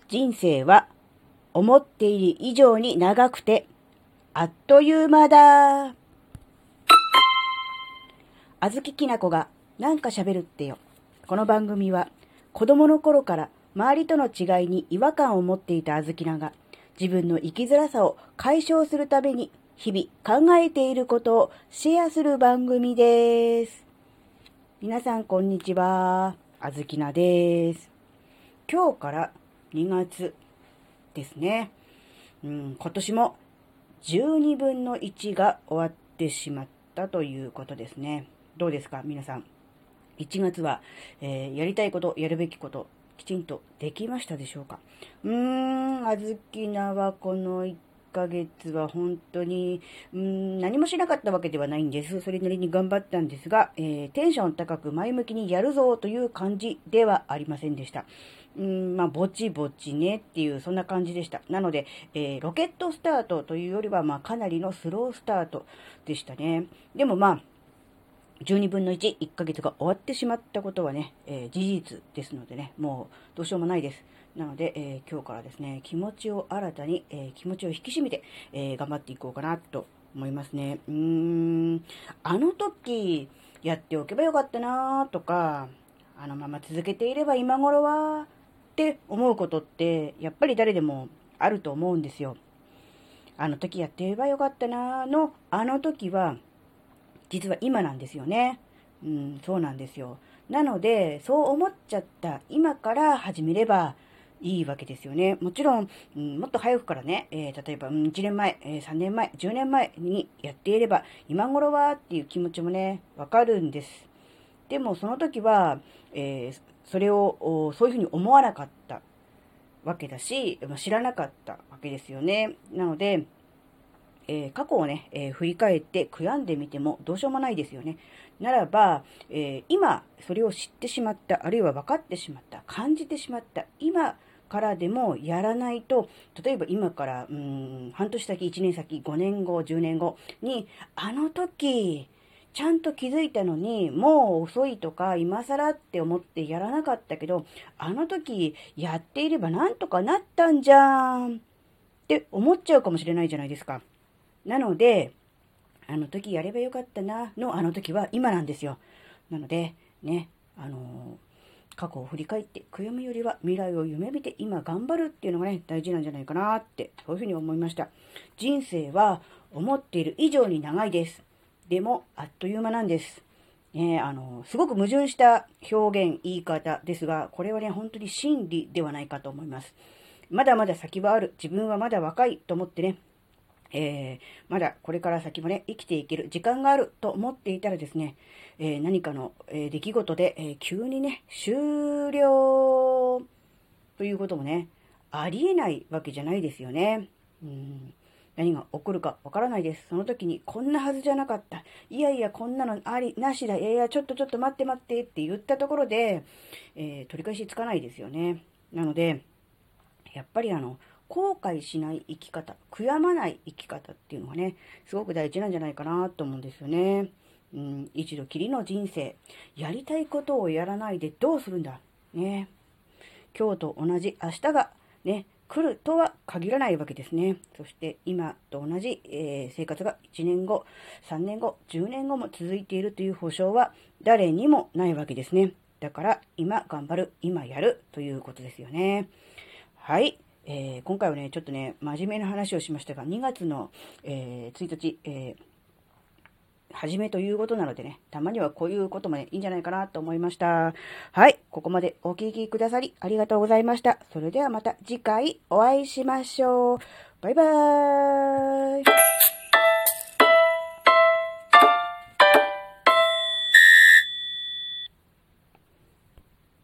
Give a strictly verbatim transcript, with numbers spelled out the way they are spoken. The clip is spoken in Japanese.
人生は思っている以上に長くてあっという間だ。あずききなこがなんか喋るってよ。この番組は子供の頃から周りとの違いに違和感を持っていたあずきなが自分の生きづらさを解消するために日々考えていることをシェアする番組です。皆さんこんにちは。あずきなです。今日からにがつですね。うん、今年もじゅうにぶんのいちが終わってしまったということですね。どうですか皆さん。いちがつは、えー、やりたいこと、やるべきこと、きちんとできましたでしょうか。うーん、あずきなはこのいっかげつは本当にうーん何もしなかったわけではないんです。それなりに頑張ったんですが、えー、テンション高く前向きにやるぞという感じではありませんでした。うーん、まあ、ぼちぼちねっていう、そんな感じでした。なので、えー、ロケットスタートというよりは、まあ、かなりのスロースタートでしたね。でもまあ、じゅうにぶんのいち、いっかげつが終わってしまったことはね、えー、事実ですのでね、もうどうしようもないです。なので、えー、今日からですね、気持ちを新たに、えー、気持ちを引き締めて、えー、頑張っていこうかなと思いますね。うーん、あの時やっておけばよかったなとか、あのまま続けていれば今頃は、って思うことってやっぱり誰でもあると思うんですよ。あの時やっていればよかったなーのあの時は実は今なんですよね。うん、そうなんですよ。なのでそう思っちゃった今から始めればいいわけですよね。もちろん、うん、もっと早くからね、えー、例えば、うん、いちねんまえ、えー、さんねんまえ、じゅうねんまえにやっていれば今頃はっていう気持ちもねわかるんです。でもその時は、えー、それをそういうふうに思わなかったわけだし、知らなかったわけですよね。なので、えー、過去をね、えー、振り返って悔やんでみてもどうしようもないですよね。ならば、えー、今それを知ってしまった、あるいは分かってしまった、感じてしまった、今からでもやらないと、例えば今から、うーん、半年先、いちねん先、ごねんご、じゅうねんごに、あの時、ちゃんと気づいたのに、もう遅いとか、今更って思ってやらなかったけど、あの時やっていればなんとかなったんじゃんって思っちゃうかもしれないじゃないですか。なので、あの時やればよかったなのあの時は今なんですよ。なので、ね、あのー、過去を振り返って悔やむよりは未来を夢見て今頑張るっていうのがね、大事なんじゃないかなって、そういうふうに思いました。人生は思っている以上に長いです。でも、あっという間なんです。ね、あの、すごく矛盾した表現、言い方ですが、これはね、本当に真理ではないかと思います。まだまだ先はある。自分はまだ若いと思ってね、えー、まだこれから先もね、生きていける時間があると思っていたらですね、えー、何かの、えー、出来事で、えー、急にね、終了ということもね、ありえないわけじゃないですよね。うん何が起こるかわからないです。その時に、こんなはずじゃなかった。いやいや、こんなのあり、なしだ。いやいや、ちょっとちょっと待って待ってって言ったところで、えー、取り返しつかないですよね。なので、やっぱりあの、後悔しない生き方、悔やまない生き方っていうのがね、すごく大事なんじゃないかなと思うんですよね。うん、一度きりの人生、やりたいことをやらないでどうするんだ。ね。今日と同じ明日がね、来るとは限らないわけですね。そして今と同じ、えー、生活がいちねんご、さんねんご、じゅうねんごも続いているという保証は誰にもないわけですね。だから今頑張る、今やるということですよね。はい。えー、今回はね、ちょっとね、真面目な話をしましたが、にがつの、えー、ついたち、えー、初めということなのでね、たまにはこういうこともね、いいんじゃないかなと思いました。はい。ここまでお聞きくださりありがとうございました。それではまた次回お会いしましょう。バイバーイ。